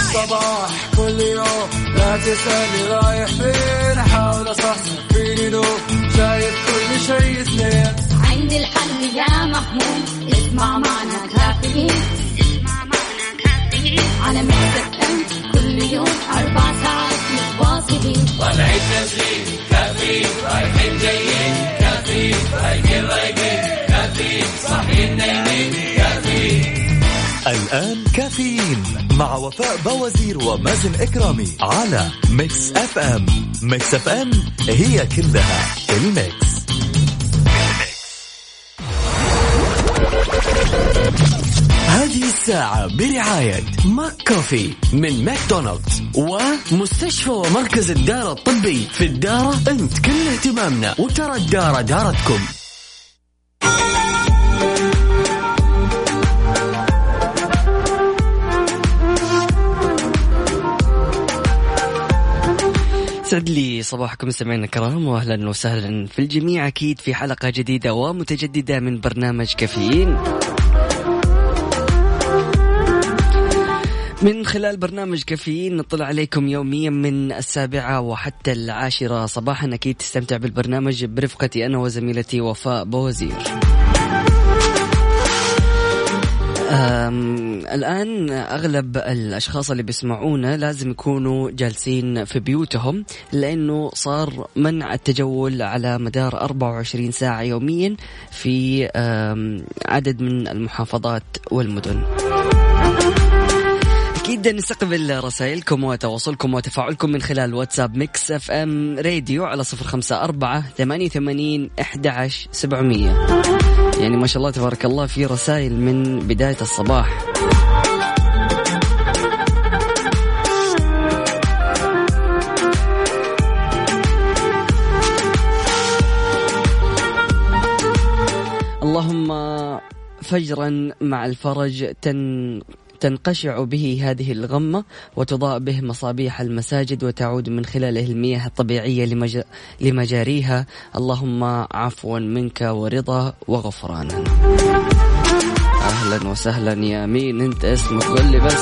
الصباح كل يوم لا تسألني رايح فين أحاول أصحصح فيني لو شايف كل شيء سنين عندي الحل يا محمود اسمع معنا كافيين على مكتب كل يوم 4 ساعات متواصلين طلعت تسليم كافيين رايحين جايين كافيين رايقين كافيين صاحيين نايمين كافيين. الآن كافيين مع وفاء بوازير ومازن إكرامي على ميكس اف ام. ميكس اف ام هي كلها الميكس. هذه الساعة برعاية ماك كوفي من ماكدونالدز ومستشفى ومركز الدارة الطبي. في الدارة أنت كل اهتمامنا وترى الدارة دارتكم. سعد لي صباحكم مستمعينا الكرام واهلا وسهلا في الجميع اكيد في حلقة جديدة ومتجددة من برنامج كافيين. من خلال برنامج كافيين نطلع عليكم يوميا من 7 وحتى 10 صباحا. اكيد تستمتع بالبرنامج برفقتي انا وزميلتي وفاء بوزير. الآن أغلب الأشخاص اللي بيسمعونا لازم يكونوا جالسين في بيوتهم لأنه صار منع التجول على مدار 24 ساعة يوميا في عدد من المحافظات والمدن. أكيد نستقبل رسائلكم وتواصلكم وتفاعلكم من خلال واتساب ميكس اف ام راديو على 0548811700. يعني ما شاء الله تبارك الله في رسائل من بداية الصباح. اللهم فجرا مع الفرج تنقشع به هذه الغمة وتضاء به مصابيح المساجد وتعود من خلاله المياه الطبيعية لمجاريها. اللهم عفوا منك ورضا وغفرانا. أهلا وسهلا يا مين أنت اسمك قل لي بس.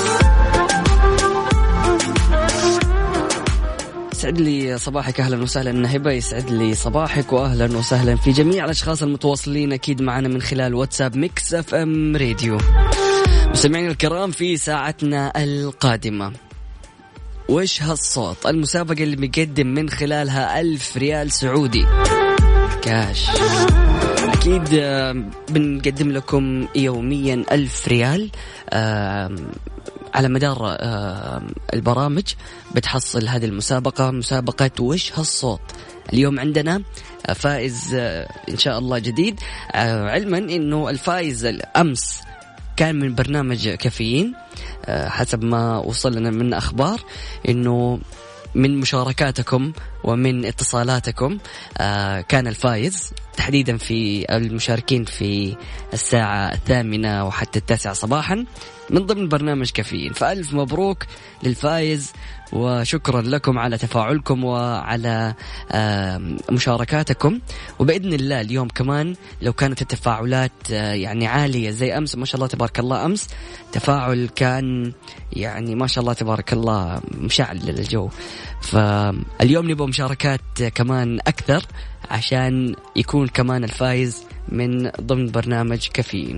يسعد لي صباحك. أهلا وسهلا نهبة. يسعد لي صباحك وأهلا وسهلا في جميع الأشخاص المتواصلين أكيد معنا من خلال واتساب ميكس اف ام راديو. مستمعين الكرام في ساعتنا القادمة وش هالصوت المسابقة اللي بيقدم من خلالها 1000 ريال سعودي كاش. أكيد بنقدم لكم يوميا 1000 ريال على مدار البرامج. بتحصل هذه المسابقة مسابقة وش هالصوت. اليوم عندنا فائز إن شاء الله جديد. علما إنه الفائز الأمس كان من برنامج كافيين حسب ما وصل لنا من أخبار إنه من مشاركاتكم ومن اتصالاتكم كان الفائز تحديدا في المشاركين في الساعة 8 وحتى 9 صباحا من ضمن برنامج كافيين. فألف مبروك للفائز وشكرا لكم على تفاعلكم وعلى مشاركاتكم. وبإذن الله اليوم كمان لو كانت التفاعلات يعني عالية زي أمس ما شاء الله تبارك الله. أمس تفاعل كان يعني ما شاء الله تبارك الله مشعل للجو. فاليوم نبغى مشاركات كمان أكثر عشان يكون كمان الفائز من ضمن برنامج كافيين.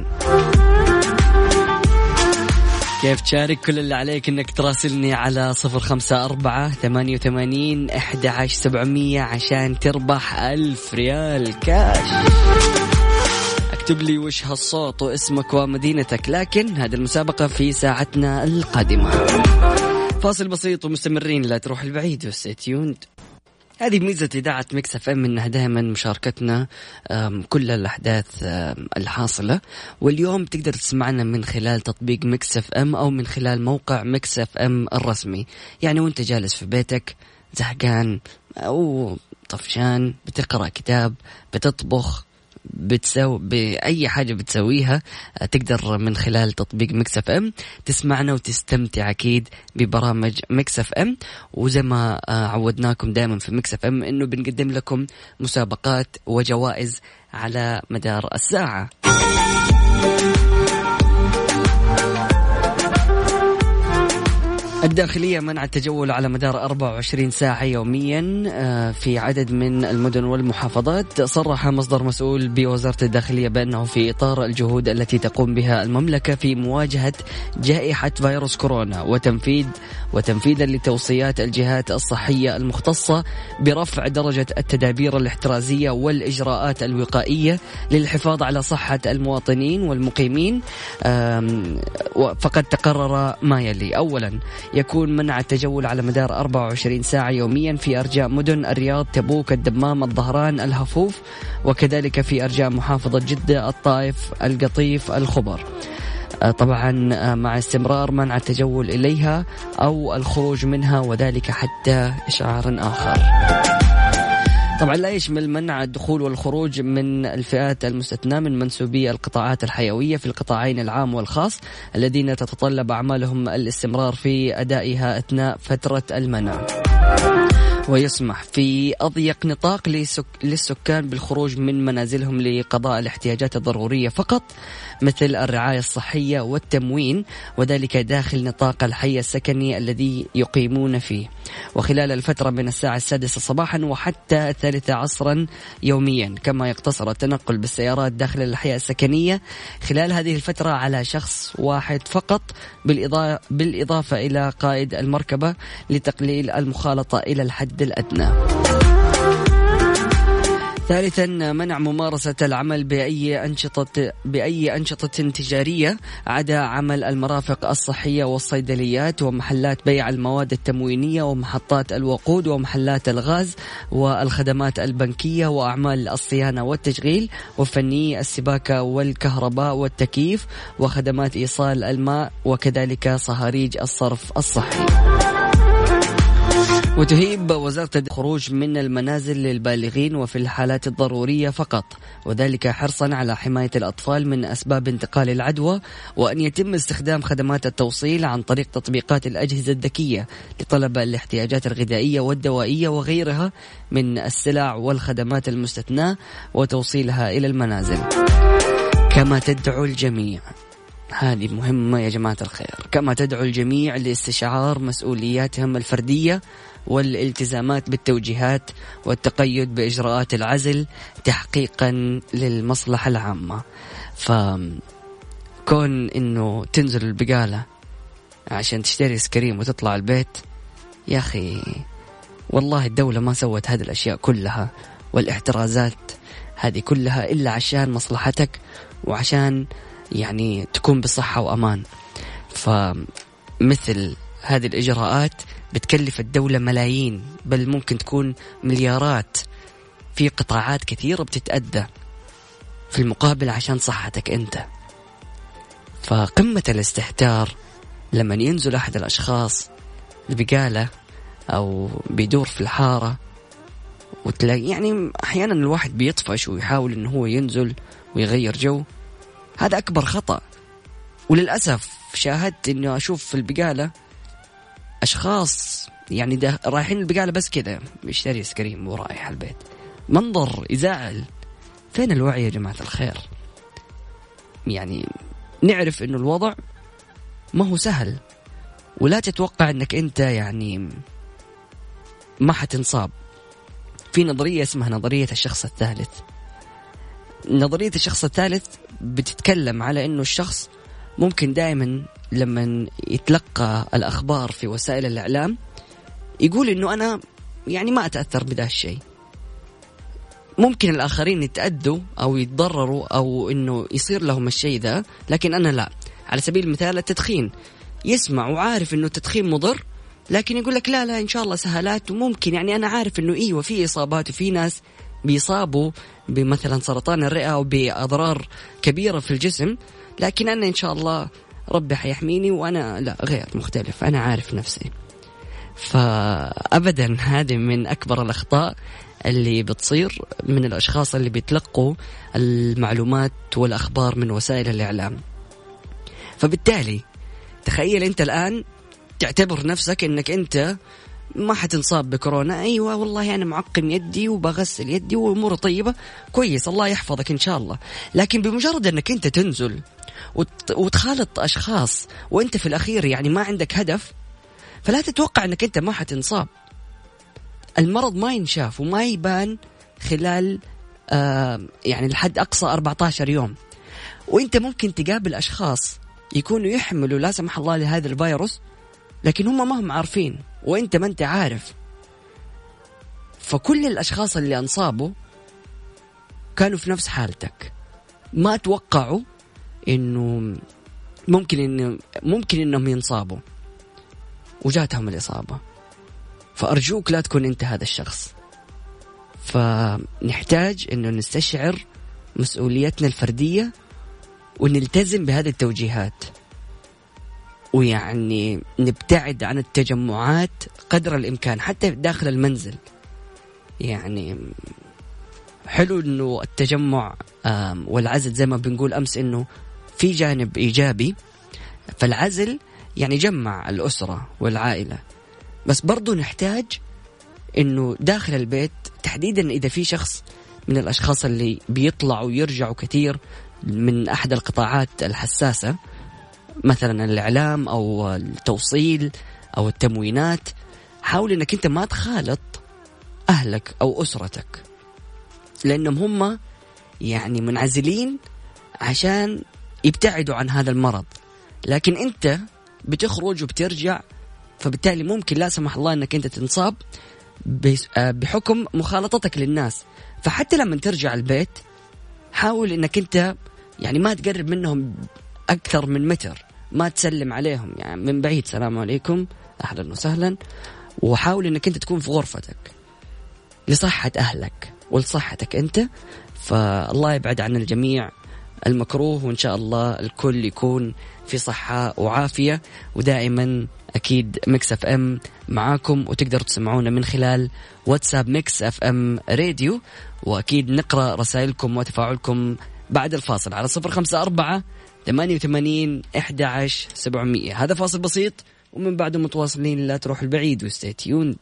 كيف تشارك؟ كل اللي عليك انك تراسلني على 0548811700 عشان تربح 1000 ريال كاش. اكتب لي وش هالصوت واسمك ومدينتك. لكن هذه المسابقة في ساعتنا القادمة. فاصل بسيط ومستمرين لا تروح البعيد وستيوند. هذه ميزة إذاعة ميكس اف ام إنها دائما مشاركتنا كل الأحداث الحاصلة. واليوم تقدر تسمعنا من خلال تطبيق ميكس اف ام أو من خلال موقع ميكس اف ام الرسمي. يعني وانت جالس في بيتك زهقان أو طفشان بتقرأ كتاب بتطبخ بتسوي بأي حاجة بتسويها تقدر من خلال تطبيق ميكس اف ام تسمعنا وتستمتع أكيد ببرامج ميكس اف ام. وزي ما عودناكم دائما في ميكس اف ام إنه بنقدم لكم مسابقات وجوائز على مدار الساعة. الداخلية منع التجول على مدار 24 ساعة يوميا في عدد من المدن والمحافظات. صرح مصدر مسؤول بوزارة الداخلية بأنه في إطار الجهود التي تقوم بها المملكة في مواجهة جائحة فيروس كورونا وتنفيذا لتوصيات الجهات الصحية المختصة برفع درجة التدابير الاحترازية والإجراءات الوقائية للحفاظ على صحة المواطنين والمقيمين، فقد تقرر ما يلي. أولا، يكون منع التجول على مدار 24 ساعة يوميا في أرجاء مدن الرياض، تبوك، الدمام، الظهران، الهفوف، وكذلك في أرجاء محافظة جدة، الطائف، القطيف، الخبر، طبعا مع استمرار منع التجول إليها أو الخروج منها، وذلك حتى إشعار آخر. طبعا لا يشمل منع الدخول والخروج من الفئات المستثناة من منسوبي القطاعات الحيوية في القطاعين العام والخاص الذين تتطلب أعمالهم الاستمرار في أدائها أثناء فترة المنع. ويسمح في أضيق نطاق للسكان بالخروج من منازلهم لقضاء الاحتياجات الضرورية فقط، مثل الرعاية الصحية والتموين، وذلك داخل نطاق الحي السكني الذي يقيمون فيه، وخلال الفترة من الساعة 6 صباحا وحتى 3 عصرا يوميا. كما يقتصر التنقل بالسيارات داخل الحي السكنية خلال هذه الفترة على شخص واحد فقط، بالإضافة إلى قائد المركبة لتقليل المخالطة إلى الحد الأدنى. ثالثا، منع ممارسة العمل بأي أنشطة تجارية عدا عمل المرافق الصحية والصيدليات ومحلات بيع المواد التموينية ومحطات الوقود ومحلات الغاز والخدمات البنكية وأعمال الصيانة والتشغيل وفني السباكة والكهرباء والتكييف وخدمات إيصال الماء وكذلك صهاريج الصرف الصحي. وتهيب وزارة الخروج من المنازل للبالغين وفي الحالات الضرورية فقط، وذلك حرصا على حماية الأطفال من أسباب انتقال العدوى، وأن يتم استخدام خدمات التوصيل عن طريق تطبيقات الأجهزة الذكية لطلب الاحتياجات الغذائية والدوائية وغيرها من السلع والخدمات المستثناة وتوصيلها إلى المنازل. كما تدعو الجميع، هذه مهمة يا جماعة الخير، كما تدعو الجميع لاستشعار مسؤولياتهم الفردية والالتزامات بالتوجيهات والتقيد بإجراءات العزل تحقيقا للمصلحة العامة. فكون إنه تنزل البقالة عشان تشتري سكريم وتطلع البيت، يا أخي والله الدولة ما سوت هذه الأشياء كلها والاحترازات هذه كلها إلا عشان مصلحتك وعشان يعني تكون بصحة وأمان. فمثل هذه الإجراءات بتكلف الدولة ملايين، بل ممكن تكون مليارات في قطاعات كثيرة بتتأذى في المقابل عشان صحتك أنت. فقمة الاستهتار لما ينزل أحد الأشخاص البقالة أو بيدور في الحارة وتلاقي يعني أحيانا الواحد بيطفش ويحاول إنه هو ينزل ويغير جو، هذا أكبر خطأ. وللأسف شاهدت إنه أشوف في البقالة أشخاص يعني رايحين البقالة بس كده يشتري سكريم ورايح البيت، منظر يزعل. فين الوعي يا جماعة الخير؟ يعني نعرف إنه الوضع ما هو سهل، ولا تتوقع إنك أنت يعني ما حتنصاب. في نظرية اسمها نظرية الشخص الثالث. نظرية الشخص الثالث بتتكلم على إنه الشخص ممكن دائما لما يتلقى الأخبار في وسائل الإعلام يقول إنه أنا يعني ما أتأثر بذا الشيء. ممكن الآخرين يتأذوا أو يتضرروا أو إنه يصير لهم الشيء ذا، لكن أنا لا. على سبيل المثال التدخين، يسمع وعارف إنه التدخين مضر، لكن يقول لك لا إن شاء الله سهلات، وممكن يعني أنا عارف إنه إيوه في إصابات وفي ناس بيصابوا بمثلا سرطان الرئة أو بأضرار كبيرة في الجسم، لكن أنا إن شاء الله ربي حيحميني وأنا لا غير مختلف، أنا عارف نفسي. فأبدا هذه من أكبر الأخطاء اللي بتصير من الأشخاص اللي بيتلقوا المعلومات والأخبار من وسائل الإعلام. فبالتالي تخيل أنت الآن تعتبر نفسك أنك أنت ما حتنصاب بكورونا. أيوة والله أنا معقم يدي وبغسل يدي وأمور طيبة، كويس الله يحفظك إن شاء الله. لكن بمجرد أنك أنت تنزل وتخالط أشخاص وأنت في الأخير يعني ما عندك هدف، فلا تتوقع أنك أنت ما حتنصاب. المرض ما ينشاف وما يبان خلال يعني لحد أقصى 14 يوم. وإنت ممكن تقابل أشخاص يكونوا يحملوا لا سمح الله لهذا الفيروس، لكن هم ما هم عارفين وإنت ما أنت عارف. فكل الأشخاص اللي انصابوا كانوا في نفس حالتك، ما توقعوا إنه ممكن إنهم ينصابوا وجاتهم الإصابة. فأرجوك لا تكون أنت هذا الشخص. فنحتاج إنه نستشعر مسؤوليتنا الفردية ونلتزم بهذه التوجيهات، ويعني نبتعد عن التجمعات قدر الإمكان حتى داخل المنزل. يعني حلو إنه التجمع والعزل زي ما بنقول أمس إنه في جانب إيجابي، فالعزل يعني جمع الأسرة والعائلة، بس برضو نحتاج إنه داخل البيت تحديدا إذا في شخص من الأشخاص اللي بيطلعوا ويرجعوا كثير من أحد القطاعات الحساسة، مثلا الإعلام أو التوصيل أو التموينات، حاول إنك أنت ما تخالط أهلك أو أسرتك، لأنهم هم يعني منعزلين عشان يبتعدوا عن هذا المرض. لكن أنت بتخرج وبترجع، فبالتالي ممكن لا سمح الله أنك أنت تنصاب بحكم مخالطتك للناس. فحتى لما ترجع البيت حاول أنك أنت يعني ما تقرب منهم أكثر من متر، ما تسلم عليهم يعني من بعيد، سلام عليكم أهلا وسهلا، وحاول أنك أنت تكون في غرفتك لصحة أهلك ولصحتك أنت. فالله يبعد عن الجميع المكروه، وإن شاء الله الكل يكون في صحة وعافية. ودائما أكيد ميكس اف ام معاكم، وتقدروا تسمعونا من خلال واتساب ميكس اف ام راديو، وأكيد نقرأ رسائلكم وتفاعلكم بعد الفاصل على 054-88-11-700. هذا فاصل بسيط ومن بعده متواصلين، لا تروح البعيد وستي تيوند.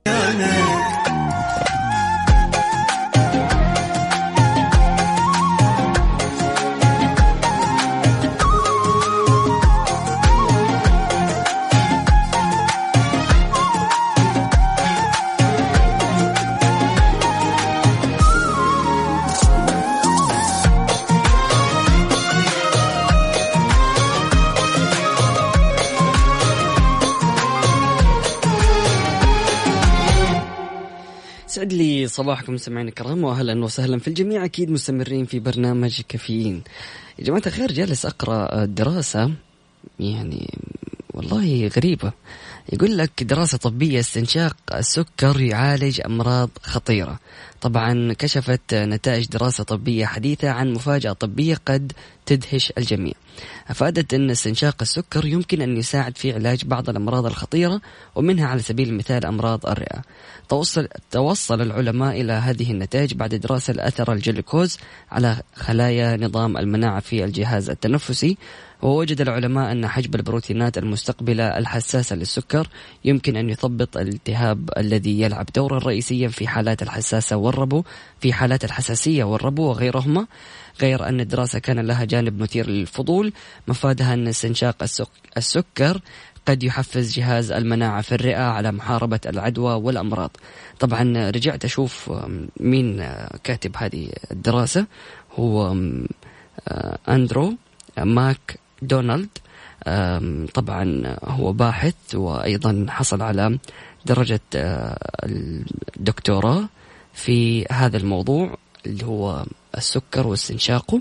سعد لي صباحكم مستمعين الكرام، واهلا وسهلا في الجميع. اكيد مستمرين في برنامج كافيين. يا جماعه الخير، جالس اقرا دراسه يعني والله غريبه، يقول لك دراسه طبيه استنشاق السكر يعالج امراض خطيره. طبعا كشفت نتائج دراسه طبيه حديثه عن مفاجاه طبيه قد تدهش الجميع. أفادت أن استنشاق السكر يمكن أن يساعد في علاج بعض الأمراض الخطيرة، ومنها على سبيل المثال أمراض الرئة. توصل العلماء إلى هذه النتائج بعد دراسة أثر الجلوكوز على خلايا نظام المناعة في الجهاز التنفسي. ووجد العلماء أن حجب البروتينات المستقبلة الحساسة للسكر يمكن أن يثبط الالتهاب الذي يلعب دورا رئيسيا في حالات الحساسية والربو وغيرهما. غير أن الدراسة كان لها جانب مثير للفضول، مفادها أن استنشاق السكر قد يحفز جهاز المناعة في الرئة على محاربة العدوى والأمراض. طبعا رجعت أشوف مين كاتب هذه الدراسة، هو أندرو ماك دونالد. طبعا هو باحث وأيضا حصل على درجة الدكتوراه في هذا الموضوع اللي هو السكر واستنشاقه.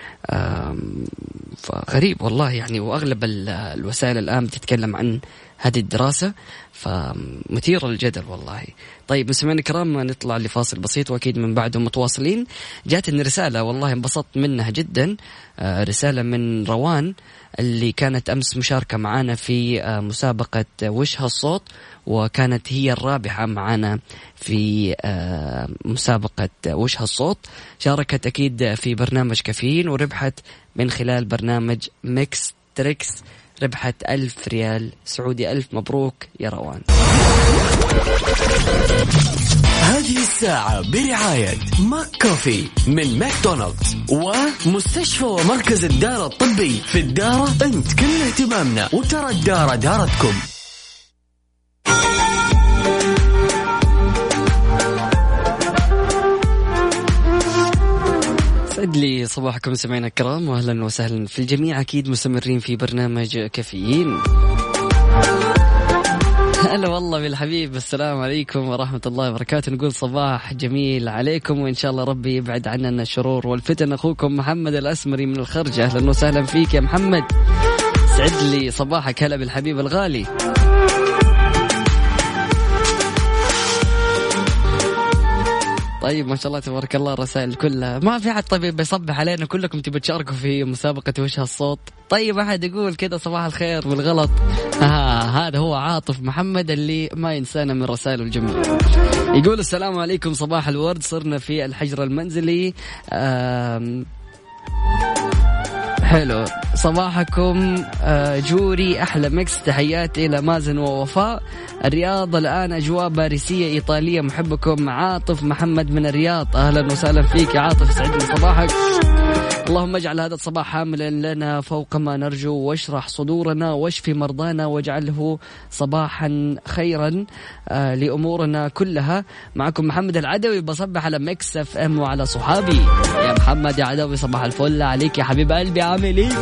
فغريب والله يعني، وأغلب الوسائل الآن بتتكلم عن هذه الدراسة، فمثير للجدل والله. طيب مستمعينا الكرام، نطلع لفاصل بسيط وأكيد من بعده متواصلين. جاتني رسالة والله انبسطت منها جدا، رسالة من روان اللي كانت أمس مشاركة معنا في مسابقة وش هالصوت، وكانت هي الرابحة معنا في مسابقة وش هالصوت. شاركت أكيد في برنامج كافيين وربحت من خلال برنامج ميكس تريكس، ربحت 1000 ريال سعودي. 1000 مبروك يا روان. هذه الساعة برعاية ماك كوفي من ماكدونالدز ومستشفى ومركز الدارة الطبي. في الدارة أنت كل اهتمامنا، وترى الدارة دارتكم. يسعد لي صباحكم سمعنا الكرام واهلا وسهلا في الجميع. اكيد مستمرين في برنامج كافيين. هلا والله بالحبيب، السلام عليكم ورحمة الله وبركاته. نقول صباح جميل عليكم وإن شاء الله ربي يبعد عننا الشرور والفتن. أخوكم محمد الأسمري من الخرج، أهلا وسهلا فيك يا محمد، سعد لي صباحك. هلا بالحبيب الغالي. طيب ما شاء الله تبارك الله الرسائل كلها. ما في أحد طيب بيصبح علينا، كلكم تبي تشاركوا في مسابقة وش هالصوت. طيب أحد يقول كده صباح الخير بالغلط. هذا هو عاطف محمد اللي ما ينسانا من رسائله الجميلة. يقول السلام عليكم صباح الورد، صرنا في الحجر المنزلي. حلو صباحكم جوري، أحلى ميكس، تحياتي إلى مازن ووفاء. الرياض الآن أجواء باريسية إيطالية، محبكم عاطف محمد من الرياض. أهلا وسهلا فيك يا عاطف، سعد لي صباحك. اللهم اجعل هذا الصباح حاملا لنا فوق ما نرجو، واشرح صدورنا واشفي مرضانا، واجعله صباحا خيرا لأمورنا كلها. معكم محمد العدوي، بصبح على ميكس اف ام وعلى صحابي. يا محمد يا عدوي صباح الفل عليك يا حبيب قلبي، عامل ايه؟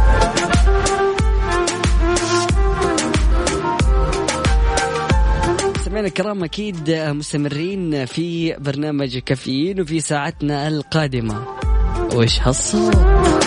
سمعنا الكرام أكيد مستمرين في برنامج كافيين وفي ساعتنا القادمة وش هالصوت.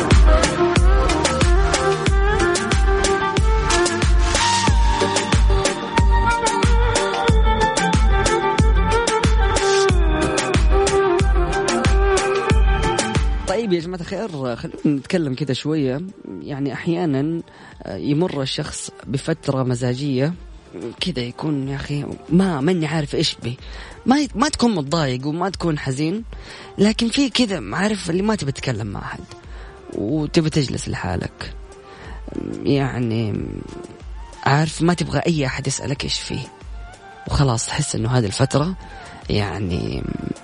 طيب يا جماعة الخير، خلينا نتكلم كده شوية. يعني أحيانا يمر الشخص بفترة مزاجية كده، يكون يا أخي ماني عارف إيش بي، ما تكون متضايق وما تكون حزين، لكن في كده عارف اللي ما تبي تتكلم مع أحد وتبي تجلس لحالك. يعني عارف ما تبغى أي أحد يسألك إيش فيه، وخلاص تحس إنه هذه الفترة يعني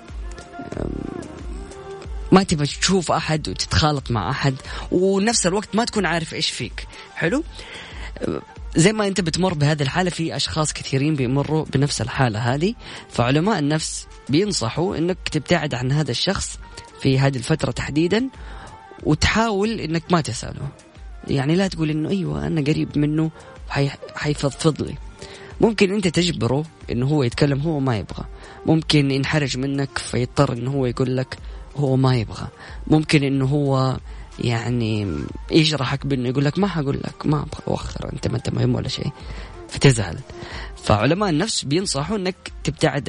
ما تبغى تشوف أحد وتتخالط مع أحد، ونفس الوقت ما تكون عارف إيش فيك. حلو، زي ما أنت بتمر بهذه الحالة، في أشخاص كثيرين بيمروا بنفس الحالة هذه. فعلماء النفس بينصحوا أنك تبتعد عن هذا الشخص في هذه الفترة تحديدا، وتحاول أنك ما تسأله. يعني لا تقول أنه أيوة أنا قريب منه حيفضفض لي. ممكن أنت تجبره أنه هو يتكلم، هو ما يبغى. ممكن ينحرج منك فيضطر أنه هو يقول لك، هو ما يبغى. ممكن أنه هو يعني يجرحك بأنه يقول لك ما هقول لك، ما أبغى، وخر أنت ما أنت مهم ولا شيء، فتزعل. فعلماء النفس بينصحوا أنك تبتعد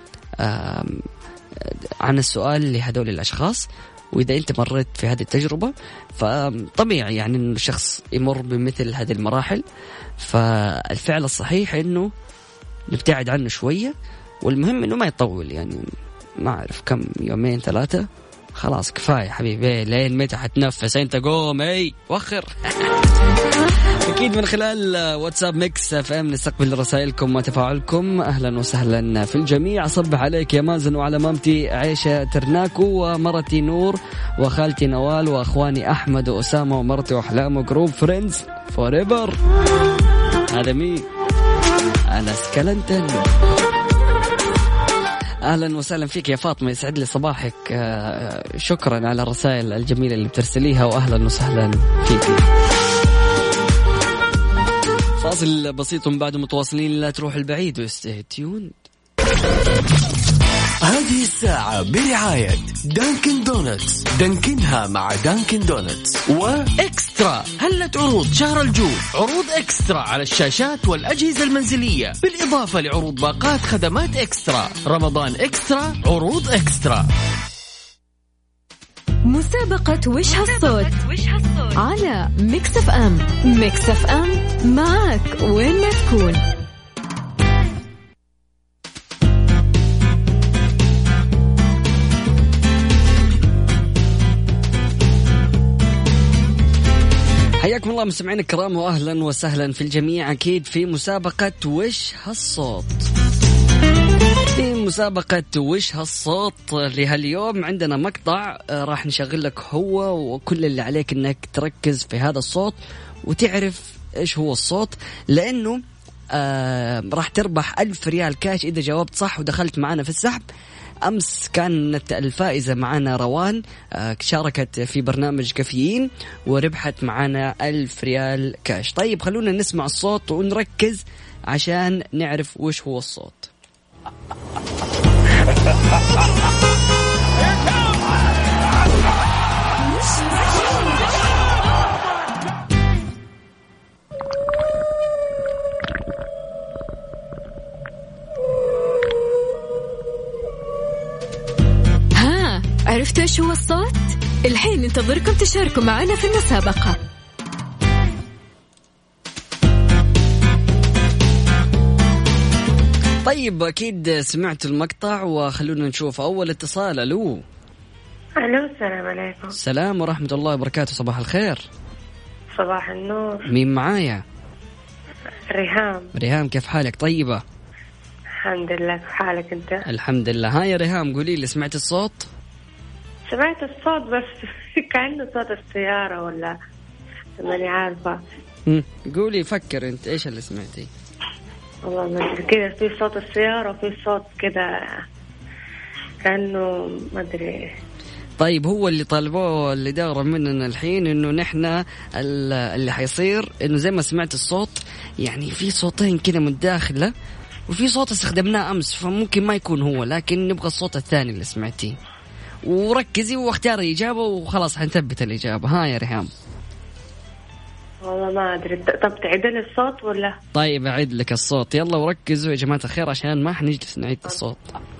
عن السؤال لهذول الأشخاص. وإذا أنت مريت في هذه التجربة فطبيعي يعني أن الشخص يمر بمثل هذه المراحل، فالفعل الصحيح أنه نبتعد عنه شوية، والمهم أنه ما يطول. يعني ما أعرف كم، يومين 3 خلاص كفاية حبيبي، لين متى حتنفس أنت؟ قوم أي وخر. أكيد من خلال واتساب ميكس اف ام نستقبل رسائلكم وتفاعلكم. أهلا وسهلا في الجميع. أصبح عليك يا مازن وعلى مامتي عيشة ترناكو ومرتي نور وخالتي نوال وأخواني أحمد وأسامة ومرتي وأحلام وجروب فريندز فوريفر. هذا مين؟ أنا سكالنتن. أهلا وسهلا فيك يا فاطمة، يسعد لي صباحك. شكرا على الرسائل الجميلة اللي بترسليها، وأهلا وسهلا فيك. فاصل بسيط بعد متواصلين، لا تروح البعيد وستي تيوند. هذه الساعة برعاية دانكن دونتس، دانكنها مع دانكن دونتس. وإكسترا، هلت عروض شهر الجود، عروض إكسترا على الشاشات والأجهزة المنزلية، بالإضافة لعروض باقات خدمات إكسترا. رمضان إكسترا، عروض إكسترا. مسابقة وش هالصوت على ميكس اف ام. ميكس اف ام معك وين ما تكون. حياكم الله مستمعين الكرام، واهلا وسهلا في الجميع. اكيد في مسابقة وش هالصوت. في مسابقة وش هالصوت لهاليوم عندنا مقطع راح نشغل لك هو، وكل اللي عليك انك تركز في هذا الصوت وتعرف ايش هو الصوت، لانه راح تربح 1000 ريال كاش اذا جاوبت صح ودخلت معنا في السحب. أمس كانت الفائزة معنا روان، شاركت في برنامج كافيين وربحت معنا 1000 ريال كاش. طيب خلونا نسمع الصوت ونركز عشان نعرف وش هو الصوت. عرفتوا ايش هو الصوت؟ الحين ننتظركم تشاركوا معنا في المسابقة. طيب أكيد سمعت المقطع وخلونا نشوف أول اتصال. ألو. السلام عليكم. السلام ورحمة الله وبركاته. صباح الخير. صباح النور. مين معايا؟ ريهام. ريهام كيف حالك؟ طيبة الحمد لله. كيف حالك أنت؟ الحمد لله. هاي يا ريهام قولي لي، سمعت الصوت؟ سمعت الصوت بس كأنه صوت السيارة ولا ماني عارفة. قولي فكر أنت إيش اللي سمعتي؟ والله ما كذا في صوت السيارة وفي صوت كذا كأنه ما أدري. طيب هو اللي طالبوه اللي داور مننا الحين إنه نحنا اللي حيصير إنه زي ما سمعت الصوت يعني في صوتين كذا متداخلة وفي صوت استخدمناه أمس فممكن ما يكون هو، لكن نبغى الصوت الثاني اللي سمعتيه. وركزي واختاري إجابة وخلاص حنثبت الإجابة. ها يا ريهام. والله ما أدري. طب تعيدلي الصوت ولا؟ طيب أعيد لك الصوت يلا وركزوا يا جماعة الخير عشان ما حنجلس نعيد الصوت.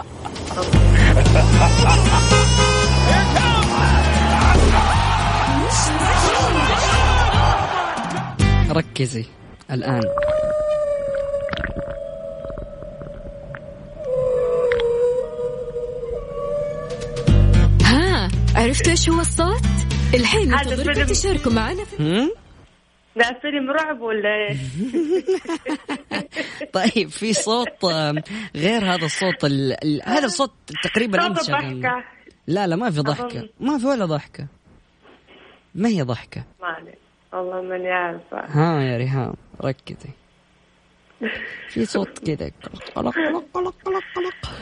ركزي الآن. عرفتوا ايش هو الصوت؟ الحين ننتظركم تشاركوا معنا في لا فيلم رعب ولا ايه؟ طيب في صوت غير هذا الصوت هذا الصوت تقريبا صوت ضحكة. لا ما في ضحكة، ما في ولا ضحكة، ما هي ضحكة. والله ماني عارفة. ها يا ريهام ركزي. في صوت كذا قلق قلق قلق قلق قلق.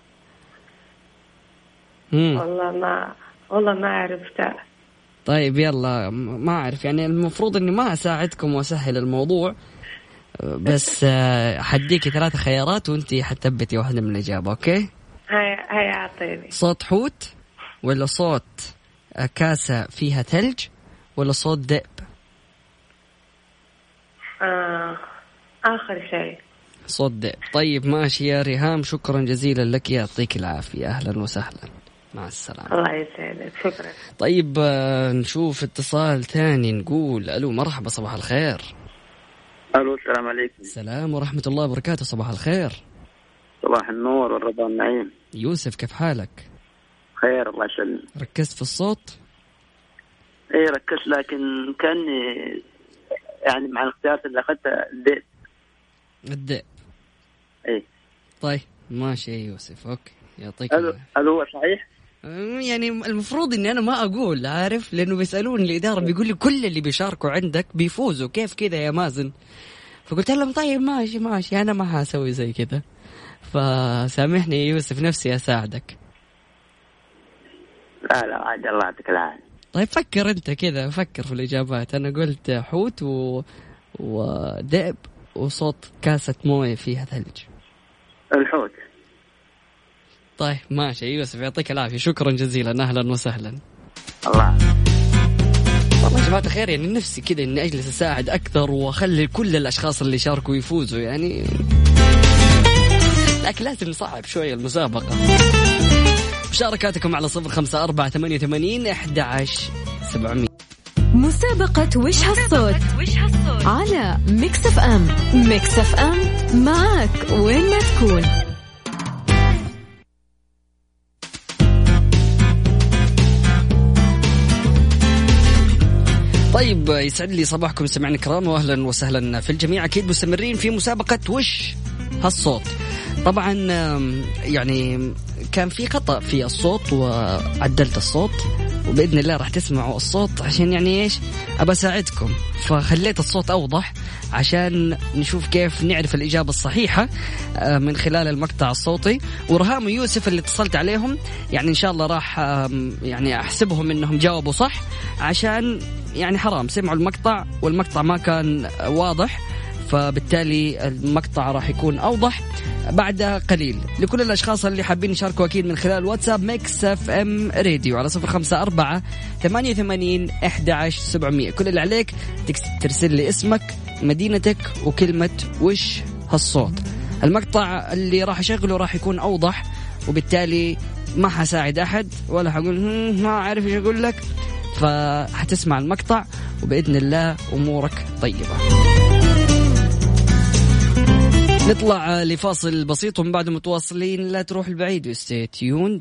والله ما عرفت. طيب يلا ما أعرف يعني المفروض إني ما أساعدكم وأسهل الموضوع، بس حديكي 3 خيارات وأنتي حتثبتي واحدة من الإجابة. أوكي؟ هاي أعطيني. صوت حوت ولا صوت كاسة فيها ثلج ولا صوت ذئب؟ آخر شيء صوت ذئب. طيب ماشي يا ريهام، شكرا جزيلا لك، يعطيك العافية. أهلا وسهلا، مع السلامة. الله يسعدك. شكرا. طيب نشوف اتصال ثاني. نقول ألو. مرحبا. صباح الخير. ألو. السلام عليكم. السلام ورحمة الله وبركاته. صباح الخير. صباح النور والرضا والنعيم. يوسف كيف حالك؟ خير الله يسلمك. ركزت في الصوت؟ ايه ركزت، لكن كان يعني مع الاختيار اللي أخذته الذئب. ايه طيب ماشي يا يوسف. اوكي يعطيك هو صحيح؟ يعني المفروض اني انا ما اقول، عارف، لانه بيسالون الاداره بيقول لي كل اللي بيشاركوا عندك بيفوزوا، كيف كذا يا مازن؟ فقلت لهم طيب ماشي انا ما هسوي زي كذا، فسامحني يا يوسف نفسي اساعدك. لا عاد الله يعطيك العافيه. طيب فكر انت كذا، فكر في الاجابات. انا قلت حوت وذئب وصوت كاسة مويه فيها ثلج. الحوت. طيب ماشي يوسف، يعطيك العافية، شكرا جزيلا، أهلا وسهلا. الله. والله يا جماعة الخير يعني نفسي كذا إني أجلس أساعد أكثر وأخلي كل الأشخاص اللي شاركوا يفوزوا يعني، لكن لازم نصعب شوية المسابقة. مشاركاتكم على 0548811700. مسابقة وش هالصوت على ميكس اف ام. ميكس اف ام معك وين ما تكون. طيب يسعد لي صباحكم سمعنا الكرام، واهلا وسهلا في الجميع. اكيد مستمرين في مسابقة وش هالصوت. طبعا يعني كان في خطأ في الصوت وعدلت الصوت، وبإذن الله راح تسمعوا الصوت عشان يعني إيش أبى أساعدكم، فخليت الصوت أوضح عشان نشوف كيف نعرف الإجابة الصحيحة من خلال المقطع الصوتي. ورهام ويوسف اللي اتصلت عليهم يعني إن شاء الله راح يعني أحسبهم إنهم جاوبوا صح، عشان يعني حرام سمعوا المقطع والمقطع ما كان واضح، فبالتالي المقطع راح يكون أوضح بعد قليل. لكل الأشخاص اللي حابين يشاركوا أكيد من خلال واتساب ميكس اف ام راديو على 0548811700. كل اللي عليك ترسل لي اسمك، مدينتك، وكلمة وش هالصوت. المقطع اللي راح أشغله راح يكون أوضح، وبالتالي ما حساعد أحد ولا حقول ما أعرف إيش أقول لك، فحتسمع المقطع وبإذن الله أمورك طيبة. نطلع لفاصل بسيط ومن بعد متواصلين، لا تروح البعيد وستي تيوند.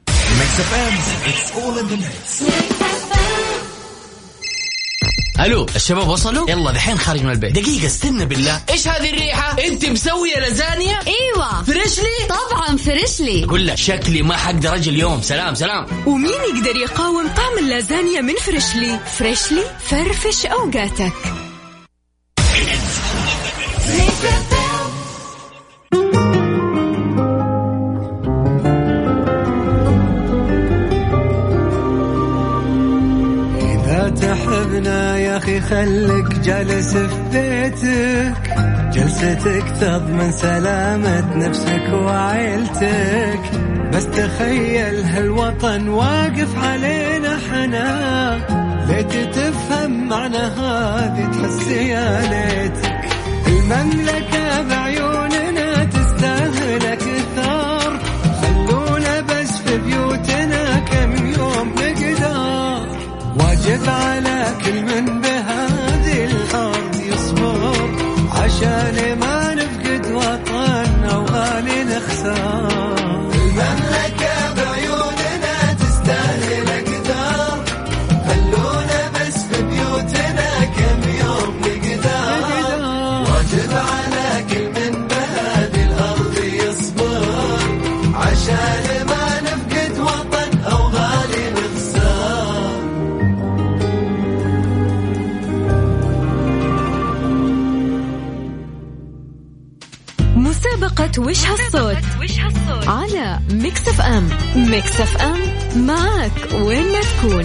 الو الشباب وصلوا؟ يلا دحين خارج من البيت. دقيقة استنى بالله، ايش هذه الريحة؟ انت مسوية لازانيا؟ ايوه فريشلي؟ طبعا فريشلي. اقول لك شكلي ما حقدر اجي اليوم. سلام سلام. ومين يقدر يقاوم طعم اللازانيا من فريشلي؟ فريشلي فرفش اوقاتك. تحبنا يا أخي خليك جالس في بيتك، جلستك تضمن سلامة نفسك وعائلتك. بس تخيل هالوطن واقف علينا حنا، ليت تفهم معنى هذه تحس يا ليتك. المملكة بعيوننا تستاهل أكثر، خلونا بس في بيوتنا كم يوم نقدر. واجب على كل من بهذه الأرض يصبر، عشان ما نفقد وطننا وغالي نخسر. المملكة بعيوننا تستاهل أكثر، خلونا بس في بيوتنا كم يوم نقدر. واجب على كل من بهذه الأرض يصبر، عشان ما نفقد وطن أو غالي نخسر. مسابقة وش هالصوت على ميكس اف ام. ميكس اف ام معك وين ما تكون.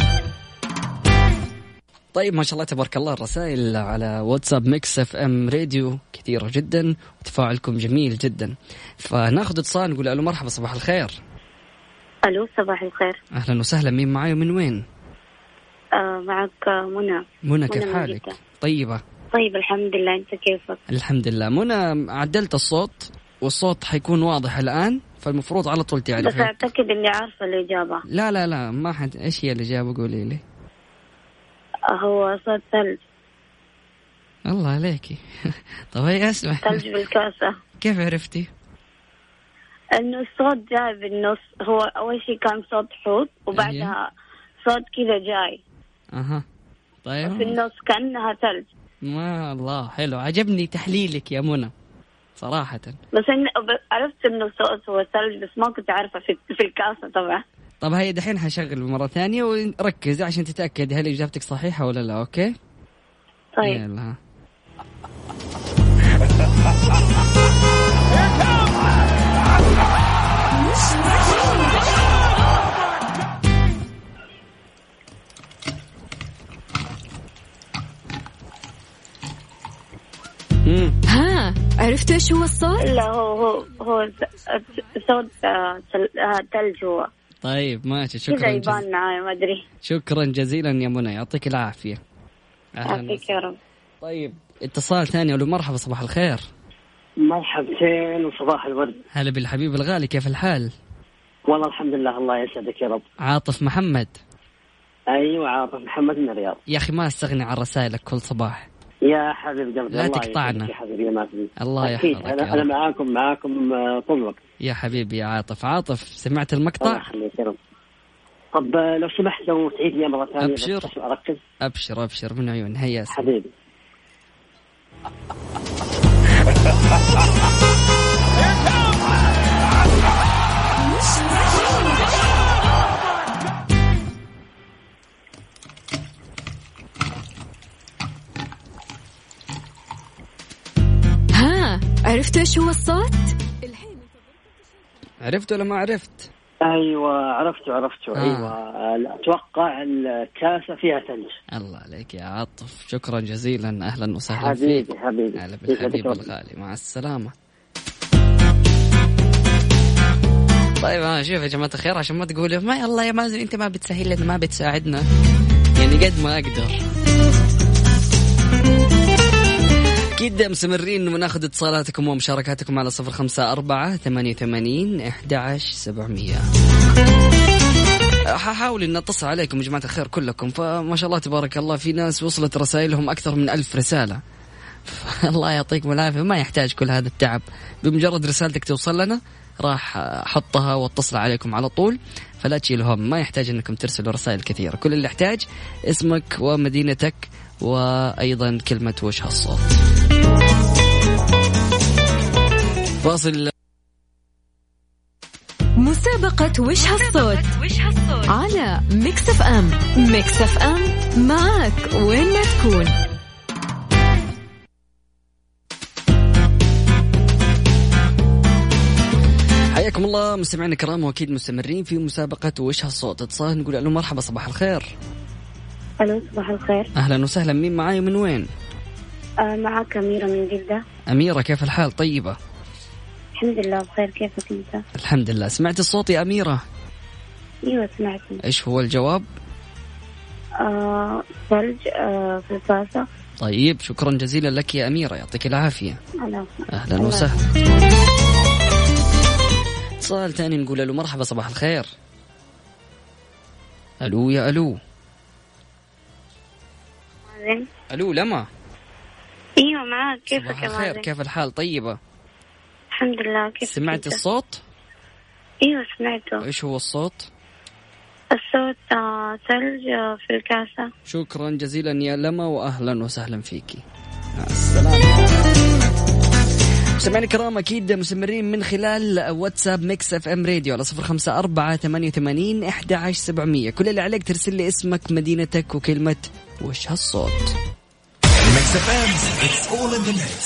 طيب ما شاء الله تبارك الله، الرسائل على واتساب ميكس اف ام راديو كثيرة جدا وتفاعلكم جميل جدا. فناخذ اتصال نقول الو مرحبا صباح الخير. الو صباح الخير. اهلا وسهلا، مين معاي ومن وين؟ معك منى. منى كيف حالك؟ طيبة. طيب الحمد لله، انت كيفك؟ الحمد لله. منى عدلت الصوت والصوت حيكون واضح الآن، فالمفروض على طول تعرفي. بس اعتقد اني عارفة الإجابة. لا ما حد. ايش هي الإجابة؟ قولي لي. هو صوت ثلج. الله عليكي. طب هي اسمع. ثلج بالكاسة. كيف عرفتي؟ انه الصوت جاي بالنص، هو اول شيء كان صوت حوت وبعدها صوت كذا جاي. اها طيب. في النص كأنها ثلج. ما الله حلو، عجبني تحليلك يا منى صراحة. بس عرفت انه الصوت هو ثلج، بس ما كنت عارفة في الكاسة طبعا. طب هي دحين حشغل مرة ثانية وركزي عشان تتأكدي هل إجابتك صحيحة ولا لا. أوكي طيب يلا. ها عرفت ايش هو الصوت؟ لا هو صوت ثلج هو. طيب ماشي، شكرا كذا يبان معايا ما ادري. شكرا جزيلا يا منى، يعطيك العافية. يعطيك يا رب. طيب اتصال ثاني. ألو مرحبا صباح الخير. مرحبتين وصباح الورد. هلا بالحبيب الغالي، كيف الحال؟ والله الحمد لله، الله يسعدك يا رب. عاطف محمد. ايوه عاطف محمد من الرياض. يا أخي ما استغني عن رسائلك كل صباح. يا حبيب قلبي لا تقطعنا يا حبيبي، ما في. الله يحفظك. أنا معاكم طول الوقت يا حبيبي يا عاطف. سمعت المقطع؟ طب لو سمحت لو تعيد لي مرة ثانية. أبشر من عيون. هيا حبيبي. ها عرفتوا ايش هو الصوت؟ عرفت ولا ما عرفت؟ ايوه عرفته. ايوه اتوقع الكاسه فيها ثلج. الله عليك يا عاطف، شكرا جزيلا، اهلا وسهلا حبيبي فيك. حبيبي هلا بالحبيب الغالي، مع السلامه. طيب شوف يا جماعه الخير، عشان ما تقولوا ما يلا يا مازن انت ما بتسهل لنا ما بتساعدنا، يعني قد ما اقدر أكيد مستمرين وناخذ اتصالاتكم ومشاركاتكم على 0548811700. حاحاول إن أتصل عليكم يا جماعة الخير كلكم، فما شاء الله تبارك الله في ناس وصلت رسائلهم أكثر من 1000 رسالة. الله يعطيكم العافية، ما يحتاج كل هذا التعب، بمجرد رسالتك توصل لنا راح أحطها واتصل عليكم على طول، فلا تشيلوا هم، ما يحتاج أنكم ترسلوا رسائل كثيرة، كل اللي يحتاج اسمك ومدينتك وأيضا كلمة وش هالصوت. فاصل. مسابقة وش هالصوت على ميكس اف ام. ميكس اف ام معك وين ما تكون. حياكم الله مستمعينا الكرام، واكيد مستمرين في مسابقة وش هالصوت. اتصال نقول له مرحبا، صباح الخير. الو صباح الخير. اهلا وسهلا، مين معاي من وين؟ معك أميرة من جدة. أميرة كيف الحال؟ طيبة الحمد لله بخير، كيفك انت؟ الحمد لله. سمعت الصوت يا أميرة؟ ايوه سمعت. ايش هو الجواب؟ ثلج في الكاسة. طيب شكرا جزيلا لك يا أميرة، يعطيك العافية. أهلا وسهلا. اتصال ثاني نقول له مرحبا، صباح الخير. ألو يا ألو. ألو لما. ايوه معك، كيفك يا مازن؟ خير، كيف الحال؟ طيبة الحمد لله. كيف سمعت الصوت؟ ايوه سمعته. ايش هو الصوت؟ الصوت ثلج في الكاسة. شكرا جزيلا يا لما، واهلا وسهلا فيكي، مع السلامة. مستمعينا الكرام اكيد مستمرين من خلال واتساب ميكس اف ام راديو على 0548811700. كل اللي عليك ترسل لي اسمك مدينتك وكلمة وش هالصوت. ميكس اف ام it's all in the mix.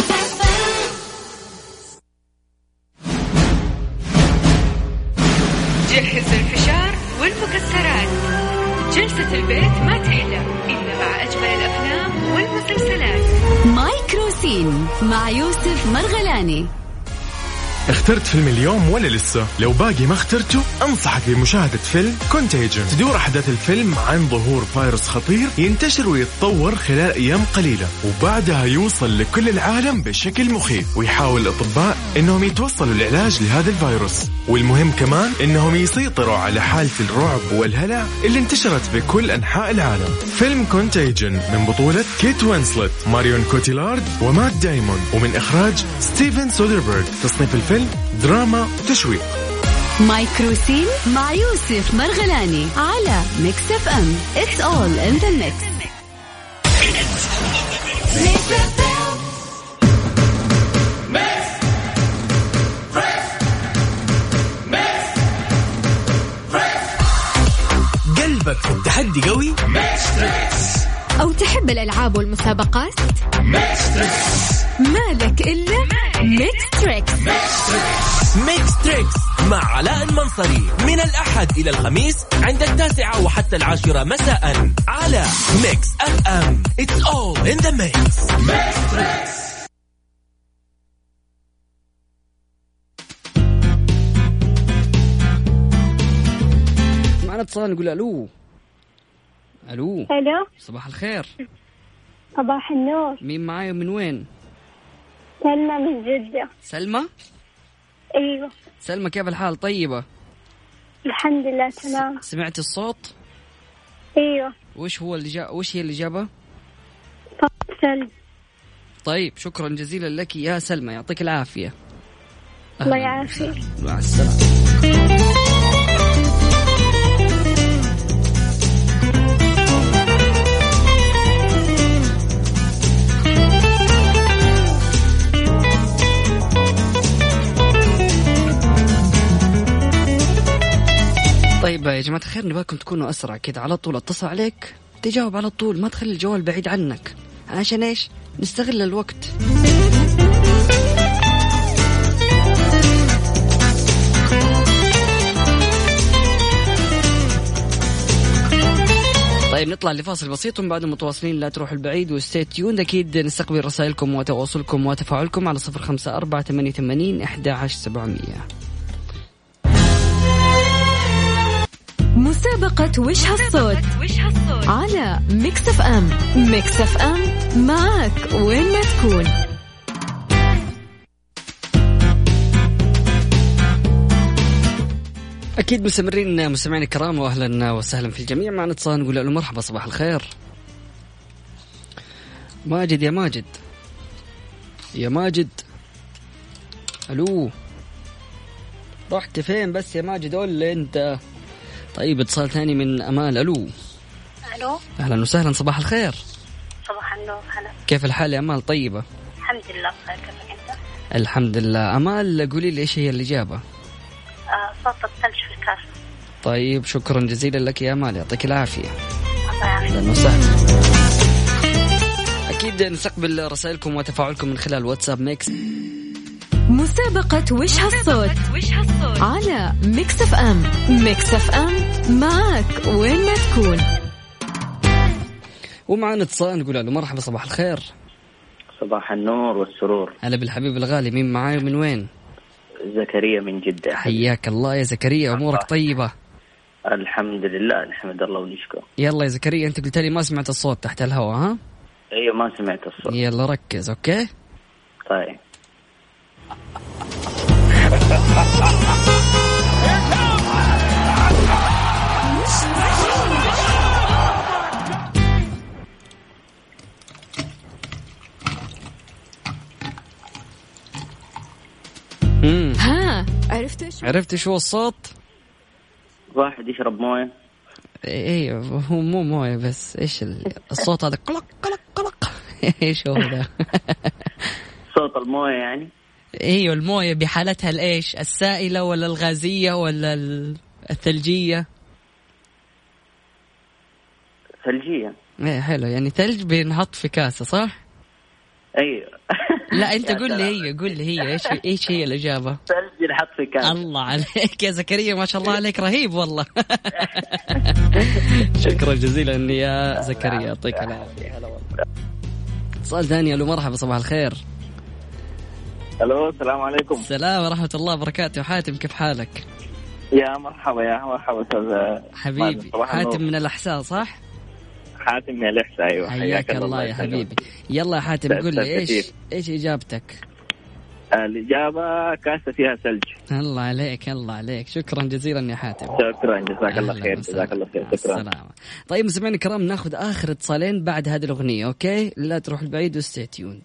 جهز الفشار والمكسرات، جلسة البيت ما تحلى إلا مع أجمل الأفلام والمسلسلات. مايكروسين مع يوسف مرغلاني. اخترت فيلم اليوم ولا لسه؟ لو باقي ما اخترته أنصحك بمشاهدة فيلم كونتاجن. تدور أحداث الفيلم عن ظهور فيروس خطير ينتشر ويتطور خلال أيام قليلة، وبعدها يوصل لكل العالم بشكل مخيف، ويحاول الأطباء إنهم يتوصلوا للعلاج لهذا الفيروس، والمهم كمان إنهم يسيطروا على حالة الرعب والهلع اللي انتشرت بكل أنحاء العالم. فيلم كونتاجن من بطولة كيت وينسلت، ماريون كوتيلارد ومات دايمون، ومن إخراج ستيفن سودربرغ. تصنيف الفيلم دراما تشويق. مايكروسين مع يوسف مرغلاني على ميكس اف ام. It's all in the mix. قلبك في التحدي قوي؟ أو تحب الألعاب والمسابقات؟ مالك إلا ميكس تريكس. ميكس تريكس مع علاء المنصري من الأحد إلى الخميس عند 9 وحتى 10 مساء على ميكس اف ام. It's all in the mix. ميكس تريكس. معنا اتصال نقول ألو. ألو. ألو صباح الخير. صباح النور. مين معاي من وين؟ سلمى من جدة. سلمى؟ ايوه سلمى كيف الحال؟ طيبة الحمد لله تمام. سمعت الصوت؟ ايوه. وش هو اللي وش هي الإجابة؟ ثلج. طيب شكرا جزيلا لك يا سلمى، يعطيك العافية. الله يعافيك. مع السلامة. طيب يا جماعة الخير نبغاكم تكونوا أسرع كذا، على طول اتصل عليك تجاوب على طول، ما تخلي الجوال بعيد عنك. عشان إيش؟ نستغل الوقت. طيب نطلع لفاصل بسيط ومن بعد متواصلين، لا تروح البعيد وستي تيوند. أكيد نستقبل رسائلكم وتواصلكم وتفاعلكم على 0548811700. مسابقة وش هالصوت على ميكس اف ام. ميكس اف ام معك وين ما تكون. أكيد مستمرين مستمعين الكرام، وأهلا وسهلا في الجميع. معنا اتصال نقول له مرحبا، صباح الخير. ماجد يا ماجد، يا ماجد، ألو رحت فين بس يا ماجد؟ قول لي أنت. طيب اتصال ثاني من أمال. ألو. ألو. أهلا وسهلا، صباح الخير. صباح النور. هلا. كيف الحال يا أمال؟ طيبة الحمد لله بخير. كيفك أنت؟ الحمد لله. أمال قولي لي إيش هي الإجابة؟ صوت الثلج في الكاسة. طيب شكرا جزيلا لك يا أمال، يعطيك العافية. الله يعافيك. أهلا وسهلا. أكيد نستقبل رسائلكم وتفاعلكم من خلال واتساب ميكس. مسابقة وش هالصوت على ميكس اف ام. ميكس اف ام معك وين ما تكون. ومعنا اتصال نقول له مرحبا، صباح الخير. صباح النور والسرور. هلا بالحبيب الغالي، مين معاي ومن وين؟ زكريا من جدة. حياك الله يا زكريا، أمورك طيبة؟ الحمد لله، نحمد الله ونشكره. يلا يا زكريا، أنت قلت لي ما سمعت الصوت تحت الهواء، ها؟ أيوة ما سمعت الصوت. يلا ركز. أوكي طيب. ها عرفت شو الصوت؟ واحد يشرب مويه. ايوه هو مو مويه بس، ايش الصوت هذا؟ قلق قلق قلق. ايش هو هذا؟ صوت المويه يعني. ايوه المويه بحالتها الايش؟ السائله ولا الغازيه ولا الثلجيه؟ ثلجيه. ايه حلو، يعني ثلج بنحط في كاسه صح؟ ايوه. لا انت قول لي هي ايش هي الاجابه؟ ثلج نحط في كاسه. الله عليك يا زكريا، ما شاء الله عليك، رهيب والله. شكرا جزيلا يا زكريا، يعطيك العافيه. هلا والله. اتصال ثاني. الو مرحبا، صباح الخير. الو السلام عليكم. السلام ورحمه الله وبركاته. حاتم كيف حالك؟ يا مرحبا يا مرحبا استاذ حبيبي. حاتم من الأحساء صح؟ حاتم من الأحساء أيوة. حياك الله يا حبيبي. يلا يا حاتم قل لي ايش اجابتك؟ الإجابة كاسة فيها ثلج. الله عليك الله عليك، شكرا جزيلا يا حاتم. شكرا جزاك الله خير. جزاك الله خير. شكرا. السلامة. طيب مستمعينا الكرام، ناخذ آخر اتصالين بعد هذه الأغنية. أوكي لا تروح البعيد وستي تيوند.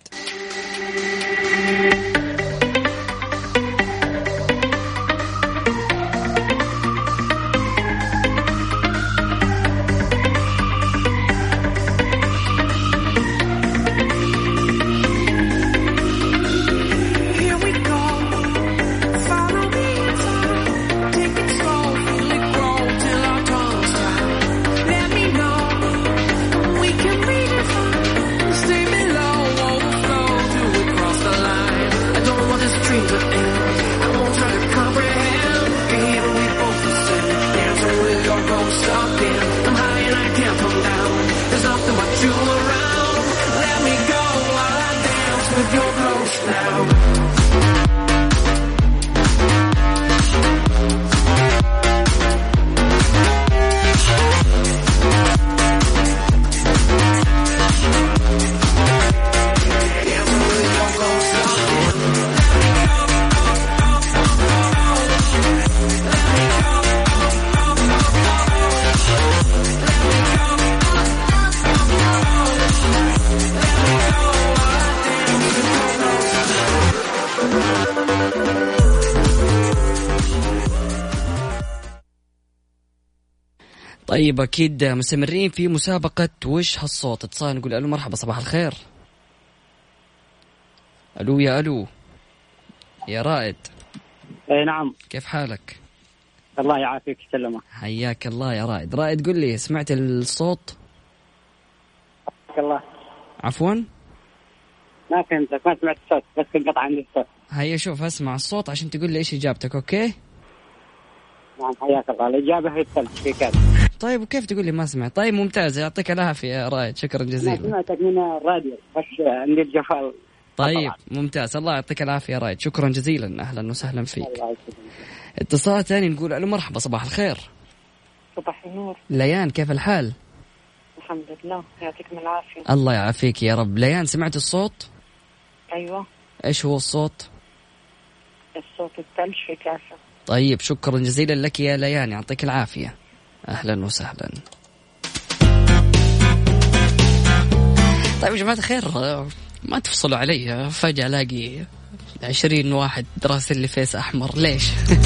طيب أكيد مستمرين في مسابقة وش هالصوت. اتصال نقول ألو مرحبا، صباح الخير. ألو يا ألو يا رائد. اي نعم. كيف حالك؟ الله يعافيك سلمة. حياك الله يا رائد. رائد قل لي سمعت الصوت؟ حياك الله. عفوا ما فهمتك، ما سمعت الصوت بس انقطع عندي الصوت. هيا شوف اسمع الصوت عشان تقول لي ايش اجابتك. اوكي نعم حياك الله. الاجابة هي الثلج في كاسة. طيب وكيف تقول لي ما سمعت؟ طيب ممتاز، يعطيك العافية يا رائد، شكرا جزيلا. سمعتك من الراديو بس عندي الجفال. طيب ممتاز، الله يعطيك العافية يا رائد، شكرا جزيلا، أهلا وسهلا فيك. اتصال ثاني نقول ألو مرحبا، صباح الخير. صباح النور. ليان كيف الحال؟ الحمد لله، يعطيكم العافية. الله يعافيك يا رب. ليان سمعت الصوت؟ أيوة. إيش هو الصوت؟ الصوت الثلج في كاسة. طيب شكرا جزيلا لك يا ليان، يعطيك العافية، أهلا وسهلا. طيب يا جماعة الخير، ما تفصلوا علي فجأة ألاقي 20 واحد راسل لي فيس أحمر، ليش؟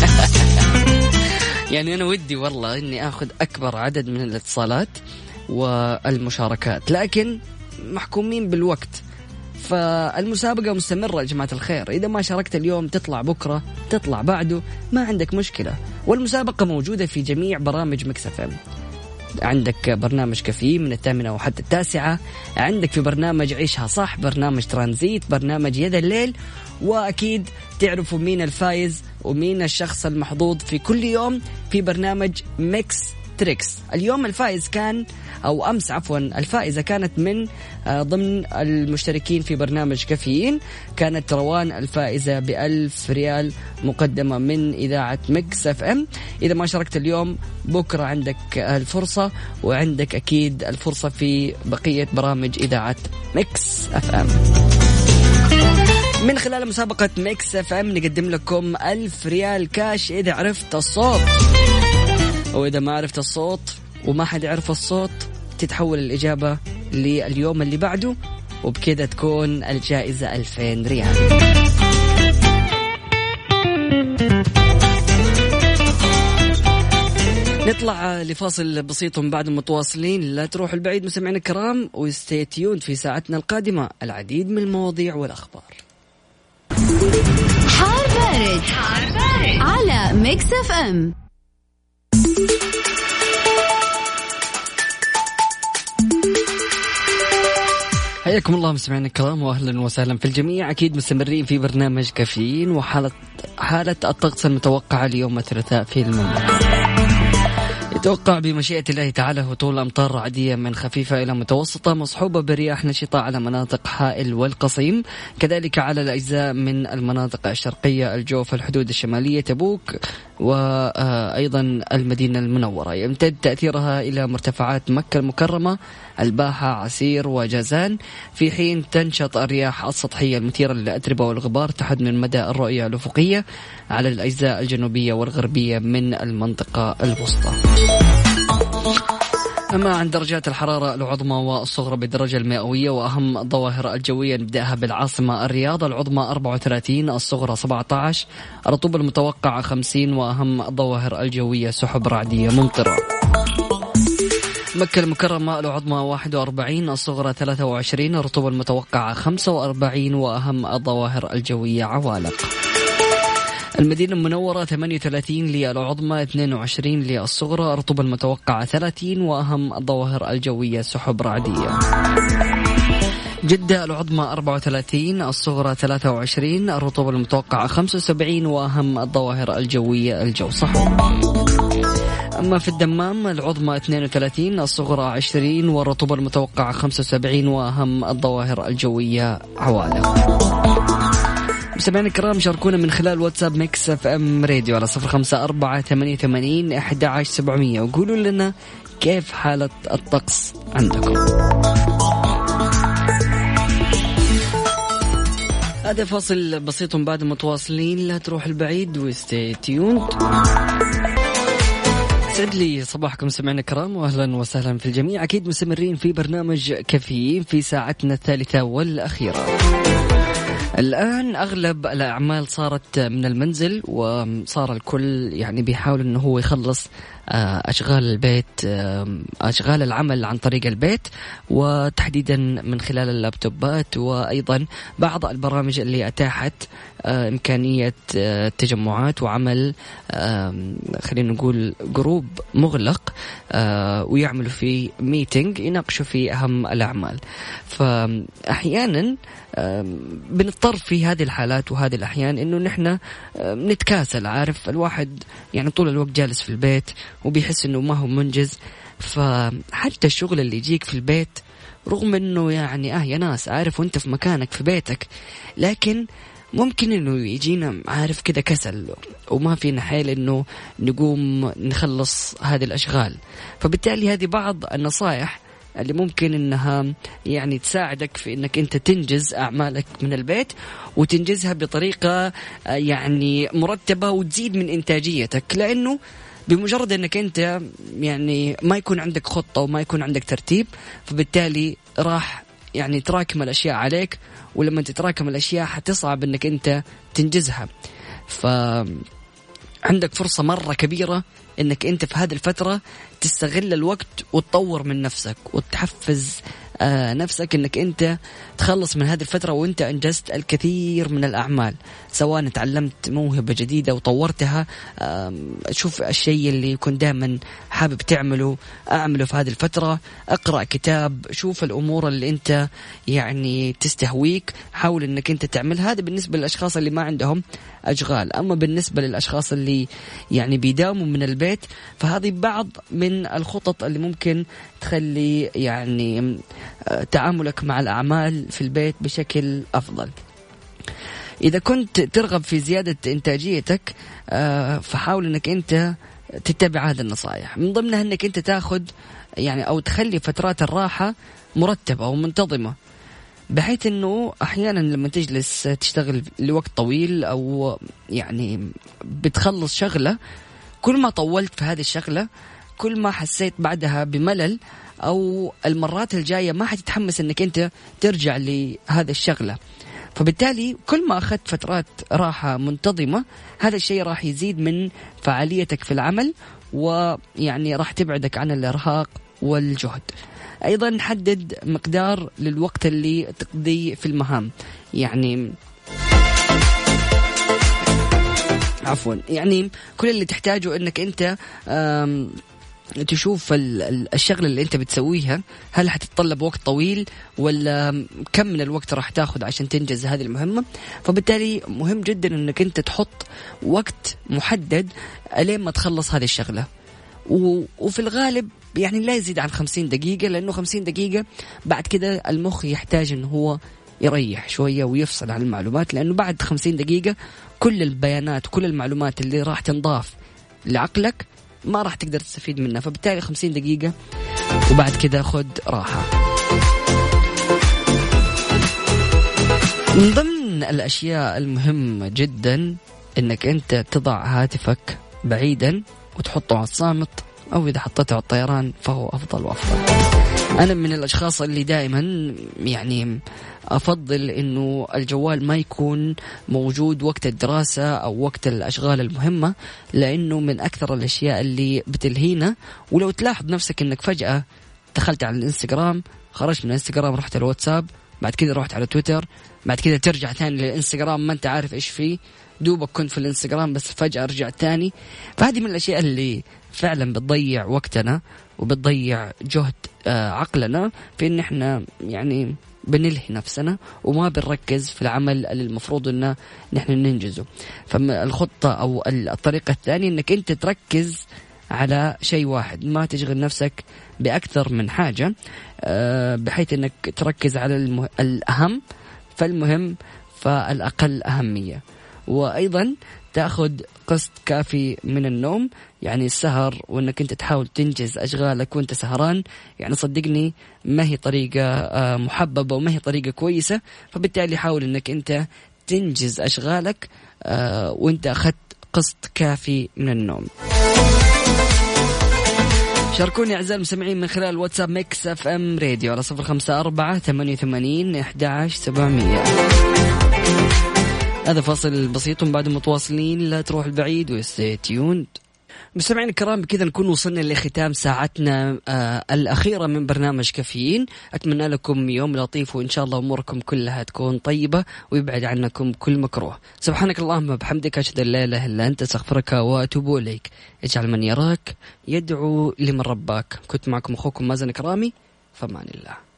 يعني أنا ودي والله إني أخذ أكبر عدد من الاتصالات والمشاركات، لكن محكومين بالوقت. فالمسابقة مستمرة يا جماعة الخير، إذا ما شاركت اليوم تطلع بكرة، تطلع بعده، ما عندك مشكلة. والمسابقة موجودة في جميع برامج ميكس اف ام. عندك برنامج كافيين من 8 وحتى 9، عندك في برنامج عيشها صح، برنامج ترانزيت، برنامج يد الليل، وأكيد تعرفوا مين الفائز ومين الشخص المحظوظ في كل يوم في برنامج ميكس تريكس. اليوم الفائز كان، أو أمس عفوا، الفائزة كانت من ضمن المشتركين في برنامج كافيين، كانت روان الفائزة ب1000 ريال مقدمة من إذاعة ميكس اف ام. إذا ما شاركت اليوم بكرة عندك الفرصة، وعندك أكيد الفرصة في بقية برامج إذاعة ميكس اف ام. من خلال مسابقة ميكس اف ام نقدم لكم 1000 ريال كاش إذا عرفت الصوت، وإذا ما عرفت الصوت وما حد يعرف الصوت تتحول الإجابة لليوم اللي بعده، وبكذا تكون الجائزة 2000 ريال. نطلع لفاصل بسيط بعد متواصلين، لا تروحوا البعيد مستمعينا الكرام، وستي تيوند في ساعتنا القادمة العديد من المواضيع والأخبار. حار بارد على ميكس اف ام. حياكم الله مستمعينا الكرام واهلا وسهلا في الجميع. اكيد مستمرين في برنامج كافيين، وحالة الطقس المتوقعة اليوم الثلاثاء في المملكة. يتوقع بمشيئة الله تعالى هطول أمطار رعدية من خفيفة إلى متوسطة مصحوبة برياح نشطة على مناطق حائل والقصيم، كذلك على الأجزاء من المناطق الشرقية، الجوف، الحدود الشمالية، تبوك، وأيضا المدينة المنورة. يمتد تأثيرها إلى مرتفعات مكة المكرمة، الباحة، عسير وجازان، في حين تنشط الرياح السطحية المثيرة للأتربة والغبار تحد من مدى الرؤية الأفقية على الأجزاء الجنوبية والغربية من المنطقة الوسطى. أما عن درجات الحرارة العظمى والصغرى بالدرجة المئوية وأهم الظواهر الجوية نبدأها بالعاصمة الرياض، العظمى 34، الصغرى 17، الرطوبة المتوقعة 50، وأهم الظواهر الجوية سحب رعدية ممطرة. مكة المكرمة العظمى 41، الصغرى 23، الرطوبة المتوقعة 45، وأهم الظواهر الجوية عوالق. المدينة المنورة 38 للعظمى، 22 للصغرى، الرطوبة المتوقعة 30، وأهم الظواهر الجوية سحب رعدية. جدة العظمى 34، الصغرى 23، الرطوبة المتوقعة 75، وأهم الظواهر الجوية الجو صحو. أما في الدمام العظمى 32، الصغرى 20، والرطوبة المتوقعة 75، وأهم الظواهر الجوية عوالق. مستمعينا الكرام شاركونا من خلال واتساب ميكس اف ام راديو على 0548811700 وقولوا لنا كيف حالة الطقس عندكم. هذا فاصل بسيط بعد متواصلين، لا تروح البعيد وستي تيوند. سعد لي صباحكم سمعنا الكرام واهلا وسهلا في الجميع. اكيد مستمرين في برنامج كافيين في ساعتنا الثالثة والأخيرة. الآن أغلب الأعمال صارت من المنزل، وصار الكل يعني بيحاول أنه هو يخلص أشغال البيت، أشغال العمل عن طريق البيت، وتحديدا من خلال اللابتوبات، وأيضا بعض البرامج اللي أتاحت إمكانية تجمعات وعمل خلينا نقول جروب مغلق ويعملوا فيه ميتينج يناقشوا فيه أهم الأعمال. فأحيانا بنضطر في هذه الحالات وهذه الأحيان إنه نحن نتكاسل. عارف الواحد يعني طول الوقت جالس في البيت وبيحس إنه ما هو منجز، فحتى الشغل اللي يجيك في البيت رغم انه يعني يا ناس عارف وانت في مكانك في بيتك، لكن ممكن انه يجينا عارف كذا كسل وما فينا حيل انه نقوم نخلص هذه الاشغال. فبالتالي هذه بعض النصائح اللي ممكن انها يعني تساعدك في انك انت تنجز اعمالك من البيت وتنجزها بطريقة يعني مرتبة وتزيد من انتاجيتك، لانه بمجرد انك انت يعني ما يكون عندك خطة وما يكون عندك ترتيب، فبالتالي راح يعني تراكم الاشياء عليك، ولما تتراكم الاشياء حتصعب انك انت تنجزها. فعندك فرصة مرة كبيرة انك انت في هذه الفترة تستغل الوقت وتطور من نفسك وتحفز نفسك انك انت تخلص من هذه الفترة وانت انجزت الكثير من الاعمال، سواء تعلمت موهبة جديدة وطورتها، شوف الشيء اللي يكون دائما حابب تعمله اعمله في هذه الفترة، اقرأ كتاب، شوف الامور اللي انت يعني تستهويك حاول انك انت تعملها. هذا بالنسبة للاشخاص اللي ما عندهم اشغال. اما بالنسبة للاشخاص اللي يعني بيداوموا من البيت، فهذه بعض من الخطط اللي ممكن تخلي يعني تعاملك مع الأعمال في البيت بشكل أفضل. إذا كنت ترغب في زيادة إنتاجيتك، فحاول أنك أنت تتبع هذه النصائح، من ضمنها أنك أنت تأخذ يعني أو تخلي فترات الراحة مرتبة ومنتظمة، بحيث أنه أحيانا لما تجلس تشتغل لوقت طويل أو يعني بتخلص شغلة، كل ما طولت في هذه الشغلة كل ما حسيت بعدها بملل، أو المرات الجاية ما حتتحمس أنك أنت ترجع لهذا الشغلة. فبالتالي كل ما أخذت فترات راحة منتظمة، هذا الشيء راح يزيد من فعاليتك في العمل، ويعني راح تبعدك عن الإرهاق والجهد. أيضا حدد مقدار للوقت اللي تقضيه في المهام، يعني يعني كل اللي تحتاجه أنك أنت تشوف الشغلة اللي أنت بتسويها هل حتتطلب وقت طويل ولا كم من الوقت راح تاخذ عشان تنجز هذه المهمة. فبالتالي مهم جدا أنك أنت تحط وقت محدد لين ما تخلص هذه الشغلة، وفي الغالب يعني لا يزيد عن 50 دقيقة، لأنه 50 دقيقة بعد كده المخ يحتاج أنه هو يريح شوية ويفصل عن المعلومات، لأنه بعد 50 دقيقة كل البيانات وكل المعلومات اللي راح تنضاف لعقلك ما راح تقدر تستفيد منها. فبالتالي 50 دقيقة وبعد كده خد راحة. من ضمن الأشياء المهمة جدا أنك أنت تضع هاتفك بعيدا وتحطه على الصامت، أو إذا حطيته على الطيران فهو أفضل وأفضل. أنا من الأشخاص اللي دائما يعني أفضل إنه الجوال ما يكون موجود وقت الدراسة أو وقت الأشغال المهمة، لأنه من أكثر الأشياء اللي بتلهينا. ولو تلاحظ نفسك إنك فجأة دخلت على الإنستغرام، خرجت من الإنستغرام رحت الواتساب، بعد كده رحت على تويتر، بعد كده ترجع ثاني للإنستغرام ما أنت عارف إيش فيه، دوبك كنت في الإنستغرام بس فجأة رجعت ثاني. فهذه من الأشياء اللي فعلا بتضيع وقتنا وبتضيع جهد عقلنا في إن إحنا يعني بنلهي نفسنا وما بنركز في العمل اللي المفروض إنه نحن ننجزه. فالخطة أو الطريقة الثانية إنك أنت تركز على شيء واحد، ما تشغل نفسك بأكثر من حاجة، بحيث إنك تركز على الأهم فالمهم فالأقل أهمية. وأيضا تأخذ قسط كافي من النوم، يعني السهر وأنك أنت تحاول تنجز أشغالك وأنت سهران، يعني صدقني ما هي طريقة محببة وما هي طريقة كويسة. فبالتالي حاول أنك أنت تنجز أشغالك وأنت أخذت قسط كافي من النوم. شاركوني أعزائي المستمعين من خلال واتساب ميكس اف ام راديو على 0548811700. هذا فاصل بسيط وبعد متواصلين، لا تروح البعيد وستي تيوند. مستمعين الكرام، بكذا نكون وصلنا لختام ساعتنا الأخيرة من برنامج كافيين. أتمنى لكم يوم لطيف وإن شاء الله أموركم كلها تكون طيبة ويبعد عنكم كل مكروه. سبحانك اللهم بحمدك، أشهد أن لا إله إلا أنت، أستغفرك وأتوب إليك. اجعل من يراك يدعو لمن رباك. كنت معكم أخوكم مازن كرامي، فمان الله.